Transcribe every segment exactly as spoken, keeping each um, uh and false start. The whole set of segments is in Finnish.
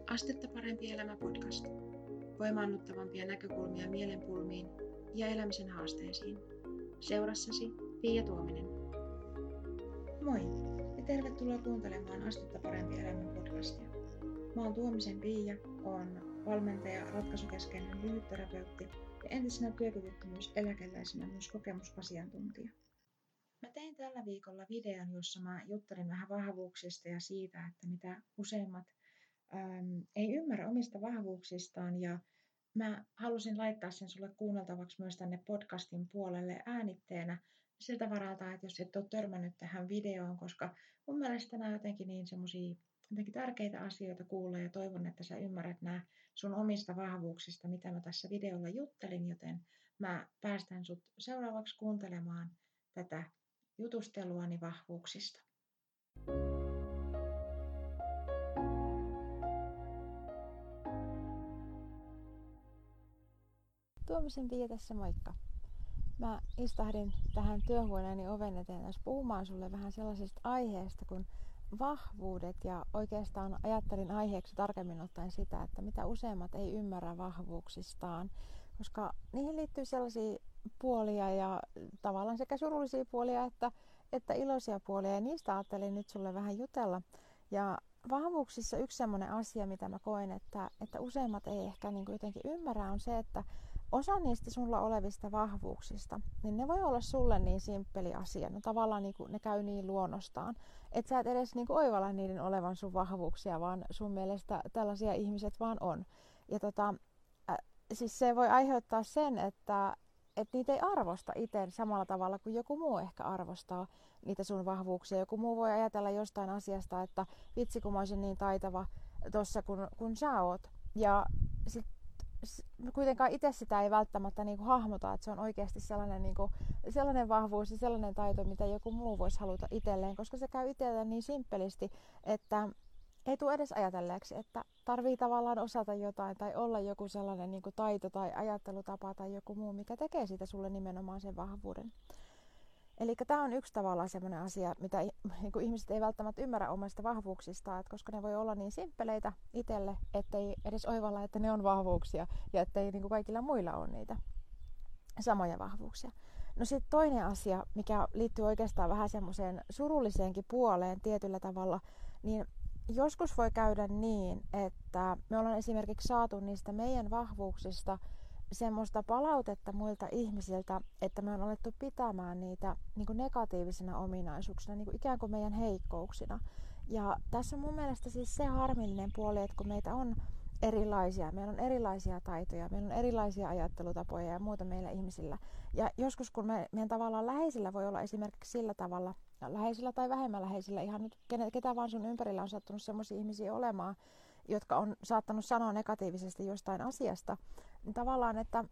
Astetta parempi elämä podcast. Voimaannuttavampia näkökulmia mielenpulmiin ja elämisen haasteisiin. Seurassasi Pia Tuominen. Moi ja tervetuloa kuuntelemaan Astetta parempi elämä podcastia. Mä oon Tuomisen Pia, oon valmentaja, ratkaisukeskeinen lyhytterapeutti ja entisenä työkyvyttömyyseläkeläisenä myös kokemusasiantuntija. Mä tein tällä viikolla videon, jossa mä juttelin vähän vahvuuksista ja siitä, että mitä useimmat äm, ei ymmärrä omista vahvuuksistaan, ja mä halusin laittaa sen sulle kuunneltavaksi myös tänne podcastin puolelle äänitteenä siltä varalta, että jos et ole törmännyt tähän videoon, koska mun mielestä nämä on jotenkin niin semmosia jotenkin tärkeitä asioita kuulla ja toivon, että sä ymmärrät nämä sun omista vahvuuksista, mitä mä tässä videolla juttelin, joten mä päästän sut seuraavaksi kuuntelemaan tätä jutusteluani vahvuuksista. Tuomisen Pia tässä, moikka. Mä istahdin tähän työhuoneeni oven eteen tässä puhumaan sulle vähän sellaisesta aiheesta kuin vahvuudet, ja oikeastaan ajattelin aiheeksi tarkemmin ottaen sitä, että mitä useimmat ei ymmärrä vahvuuksistaan, koska niihin liittyy sellaisia puolia ja tavallaan sekä surullisia puolia että, että iloisia puolia, ja niistä ajattelin nyt sulle vähän jutella. Ja vahvuuksissa yksi sellainen asia, mitä mä koen, että, että useimmat ei ehkä niin kuin jotenkin ymmärrä, on se, että osa niistä sulla olevista vahvuuksista, niin ne voi olla sulle niin simppeli asia. No tavallaan niin kuin ne käy niin luonnostaan, että sä et edes niin kuin oivalla niiden olevan sun vahvuuksia, vaan sun mielestä tällaisia ihmiset vaan on. Ja tota, äh, siis se voi aiheuttaa sen, että että niitä ei arvosta itse samalla tavalla kuin joku muu ehkä arvostaa niitä sun vahvuuksia. Joku muu voi ajatella jostain asiasta, että vitsi kun mä olisin niin taitava tossa kun, kun sä oot. Ja sit kuitenkaan itse sitä ei välttämättä niinku hahmota, että se on oikeasti sellainen, niinku, sellainen vahvuus ja sellainen taito, mitä joku muu voisi haluta itselleen, koska se käy itselleen niin simppelisti, että ei tule edes ajatelleeksi, että tarvii tavallaan osata jotain tai olla joku sellainen niin kuin taito tai ajattelutapa tai joku muu, mikä tekee siitä sulle nimenomaan sen vahvuuden. Eli tämä on yksi tavallaan sellainen asia, mitä niin kuin ihmiset ei välttämättä ymmärrä omista vahvuuksistaan, että koska ne voi olla niin simppeleitä itselle, ettei edes oivalla, että ne on vahvuuksia ja ettei niin kuin kaikilla muilla ole niitä samoja vahvuuksia. No sitten toinen asia, mikä liittyy oikeastaan vähän semmoiseen surulliseenkin puoleen tietyllä tavalla, niin joskus voi käydä niin, että me ollaan esimerkiksi saatu niistä meidän vahvuuksista semmoista palautetta muilta ihmisiltä, että me on alettu pitämään niitä niin kuin negatiivisina ominaisuuksina, niin kuin ikään kuin meidän heikkouksina. Ja tässä on mun mielestä siis se harmillinen puoli, että kun meitä on erilaisia, meillä on erilaisia taitoja, meillä on erilaisia ajattelutapoja ja muuta meillä ihmisillä. Ja joskus kun me, meidän tavallaan läheisillä voi olla esimerkiksi sillä tavalla, läheisillä tai vähemmän läheisillä, ihan nyt ketä vaan sun ympärillä on sattunut sellaisia ihmisiä olemaan, jotka on saattanut sanoa negatiivisesti jostain asiasta, niin tavallaan, että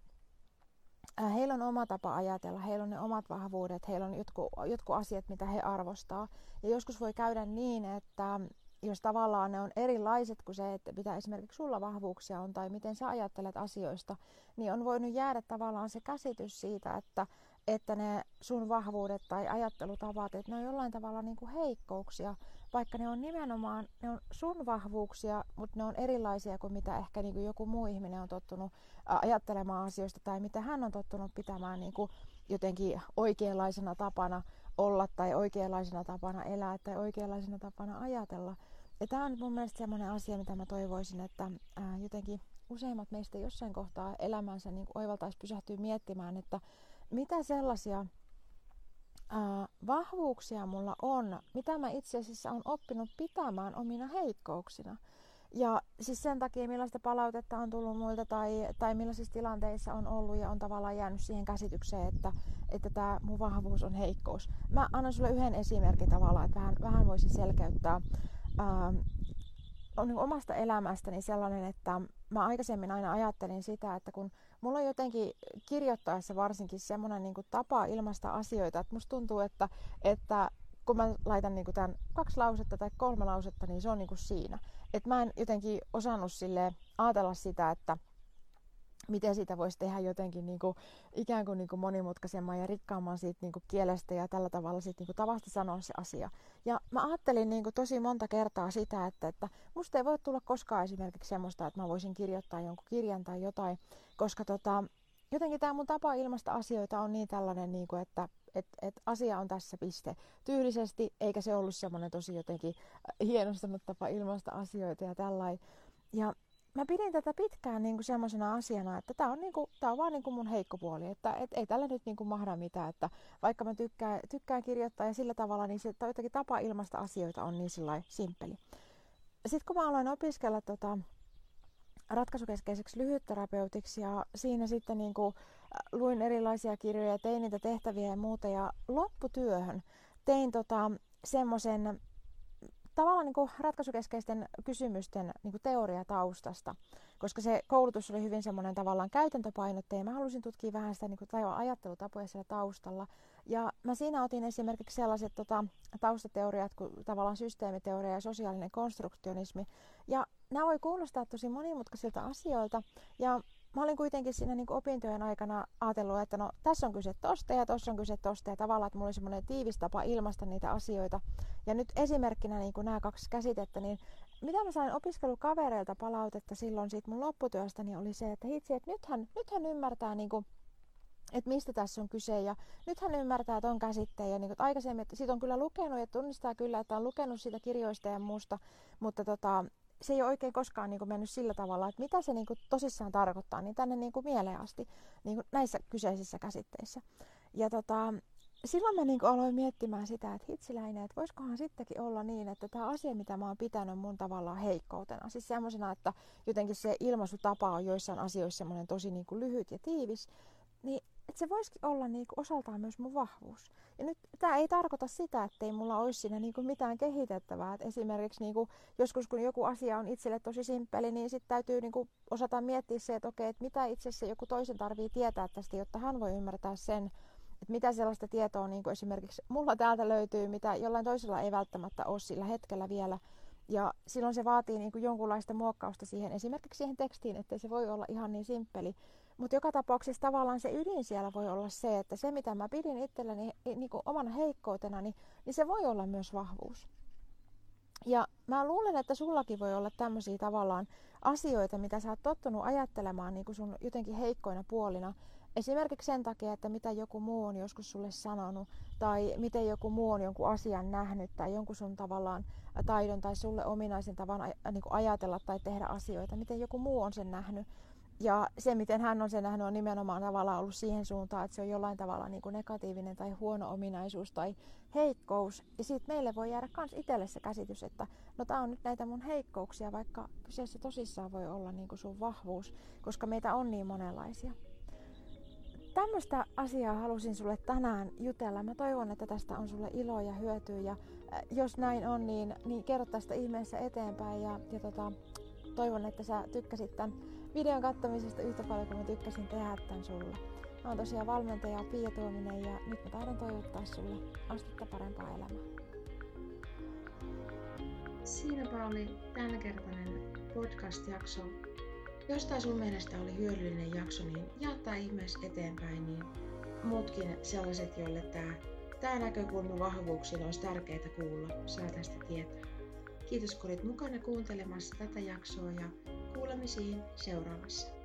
heillä on oma tapa ajatella, heillä on ne omat vahvuudet, heillä on jotkut, jotkut asiat, mitä he arvostaa. Ja joskus voi käydä niin, että jos tavallaan ne on erilaiset kuin se, että mitä esimerkiksi sulla vahvuuksia on tai miten sä ajattelet asioista, niin on voinut jäädä tavallaan se käsitys siitä, että, että ne sun vahvuudet tai ajattelutavat, että ne on jollain tavalla niin kuin heikkouksia, vaikka ne on nimenomaan ne on sun vahvuuksia, mutta ne on erilaisia kuin mitä ehkä niin kuin joku muu ihminen on tottunut ajattelemaan asioista tai mitä hän on tottunut pitämään niin kuin jotenkin oikeanlaisena tapana olla tai oikeanlaisena tapana elää tai oikeanlaisena tapana ajatella. Ja tämä on mun mielestä semmoinen asia, mitä mä toivoisin, että ää, jotenkin useimmat meistä jossain kohtaa elämänsä niin oivaltaisi pysähtyä miettimään, että mitä sellaisia ää, vahvuuksia mulla on, mitä mä itse asiassa olen oppinut pitämään omina heikkouksina. Ja siis sen takia, millaista palautetta on tullut muilta tai, tai millaisissa tilanteissa on ollut ja on tavallaan jäänyt siihen käsitykseen, että, että tämä mun vahvuus on heikkous. Mä annan sulle yhden esimerkin tavallaan, että vähän, vähän voisin selkeyttää. Ää, on niin omasta elämästäni sellainen, että mä aikaisemmin aina ajattelin sitä, että kun mulla on jotenkin kirjoittaessa varsinkin semmoinen niin kuin tapa ilmaista asioita, että musta tuntuu, että, että kun mä laitan niin kuin tämän kaksi lausetta tai kolme lausetta, niin se on niin kuin siinä. Et mä en jotenkin osannut silleen ajatella sitä, että, miten siitä voisi tehdä jotenkin niin kuin, ikään kuin, niin kuin monimutkaisemman ja rikkaamman siitä niin kuin kielestä ja tällä tavalla siitä, niin kuin tavasta sanoa se asia. Ja mä ajattelin niin kuin tosi monta kertaa sitä, että, että musta ei voi tulla koskaan esimerkiksi semmoista, että mä voisin kirjoittaa jonkun kirjan tai jotain, koska tota, jotenkin tämä mun tapa ilmaista asioita on niin tällainen, niin kuin, että et, et asia on tässä piste tyylisesti, eikä se ollut semmoinen tosi jotenkin hienostunut tapa ilmaista asioita ja tällainen. Ja mä pidin tätä pitkään niinku semmoisena asiana, että tää on, niinku, tää on vaan niinku mun heikko puoli, että et ei tällä nyt niinku mahda mitään, että vaikka mä tykkään, tykkään kirjoittaa ja sillä tavalla, niin se jotenkin tapa ilmaista asioita on niin sillai simppeli. Sitten kun mä aloin opiskella tota, ratkaisukeskeiseksi lyhytterapeutiksi ja siinä sitten niinku, luin erilaisia kirjoja ja tein niitä tehtäviä ja muuta ja lopputyöhön tein tota, semmoisen tavallaan niin kuin ratkaisukeskeisten kysymysten niin kuin teoriataustasta, koska se koulutus oli hyvin semmoinen tavallaan käytäntöpainotteinen. Mä halusin tutkia vähän sitä niin kuin ajattelutapoja siellä taustalla. Ja mä siinä otin esimerkiksi sellaiset tota, taustateoriat kuin tavallaan systeemiteoria ja sosiaalinen konstruktionismi. Ja nämä voi kuulostaa tosi monimutkaisilta asioilta. Ja mä olin kuitenkin siinä niin kuin opintojen aikana ajatellut, että no tässä on kyse tosta ja tossa on kyse tosta ja tavallaan, että mulla oli semmoinen tiivis tapa ilmaista niitä asioita. Ja nyt esimerkkinä niin kuin nämä kaksi käsitettä, niin mitä mä sain opiskelukavereilta palautetta silloin siitä mun lopputyöstä, niin oli se, että hitsi, että nythän, nythän ymmärtää niin kuin, että mistä tässä on kyse ja nythän ymmärtää ton käsitteen ja niin kuin aikaisemmin, että siitä on kyllä lukenut ja tunnistaa kyllä, että on lukenut siitä kirjoista ja muusta, mutta tota, se ei ole oikein koskaan niin kuin mennyt sillä tavalla, että mitä se niin kuin tosissaan tarkoittaa, niin tänne niin kuin mieleen asti niin kuin näissä kyseisissä käsitteissä. Ja tota, silloin mä niin kuin aloin miettimään sitä, että hitsiläinen, että voisikohan sittenkin olla niin, että tämä asia, mitä mä oon pitänyt on mun tavallaan heikkoutena. Siis semmoisena, että jotenkin se ilmaisutapa on joissain asioissa semmoinen tosi niin kuin lyhyt ja tiivis, niin että se voisikin olla niin kuin osaltaan myös mun vahvuus. Ja nyt tämä ei tarkoita sitä, että ei mulla olisi siinä niin kuin mitään kehitettävää. Et esimerkiksi niin kuin joskus, kun joku asia on itselle tosi simppeli, niin sitten täytyy niin kuin osata miettiä se, että okei, että mitä itse asiassa joku toisen tarvii tietää tästä, jotta hän voi ymmärtää sen, että mitä sellaista tietoa niin kuin esimerkiksi mulla täältä löytyy, mitä jollain toisella ei välttämättä ole sillä hetkellä vielä. Ja silloin se vaatii niin kuin jonkunlaista muokkausta siihen, esimerkiksi siihen tekstiin, ettei se voi olla ihan niin simppeli. Mutta joka tapauksessa tavallaan se ydin siellä voi olla se, että se mitä mä pidin itselleni niin kuin omana heikkoutena, niin, niin se voi olla myös vahvuus. Ja mä luulen, että sullakin voi olla tämmöisiä tavallaan asioita, mitä sä oot tottunut ajattelemaan niin kuin sun jotenkin heikkoina puolina. Esimerkiksi sen takia, että mitä joku muu on joskus sulle sanonut, tai miten joku muu on jonkun asian nähnyt, tai jonkun sun tavallaan taidon tai sulle ominaisen tavan niin kuin ajatella tai tehdä asioita, miten joku muu on sen nähnyt. Ja se, miten hän on sen nähnyt, on nimenomaan tavallaan ollut siihen suuntaan, että se on jollain tavalla niin kuin negatiivinen tai huono ominaisuus tai heikkous. Ja siitä meille voi jäädä myös itselle se käsitys, että no tää on nyt näitä mun heikkouksia, vaikka kyseessä tosissaan voi olla niin kuin sun vahvuus, koska meitä on niin monenlaisia. Tämmöistä asiaa halusin sulle tänään jutella. Mä toivon, että tästä on sulle ilo ja hyötyä. Ja jos näin on, niin, niin kerro tästä ihmeessä eteenpäin. Ja, ja tota, toivon, että sä tykkäsit tämän videon katsomisesta yhtä paljon kuin mä tykkäsin tehdä tämän sulle. Mä oon tosiaan valmentaja Pia Tuominen ja nyt mä tahdon toivottaa sulle astetta parempaa elämää. Siinäpä oli tämänkertainen podcast-jakso. Jos tää sun mielestä oli hyödyllinen jakso, niin jaa tää ihmeessä eteenpäin, niin muutkin sellaiset, joille tää, tää näkökulma vahvuuksilla olisi tärkeää kuulla, saa tästä tietää. Kiitos kun olit mukana kuuntelemassa tätä jaksoa ja kuulemisiin seuraavassa.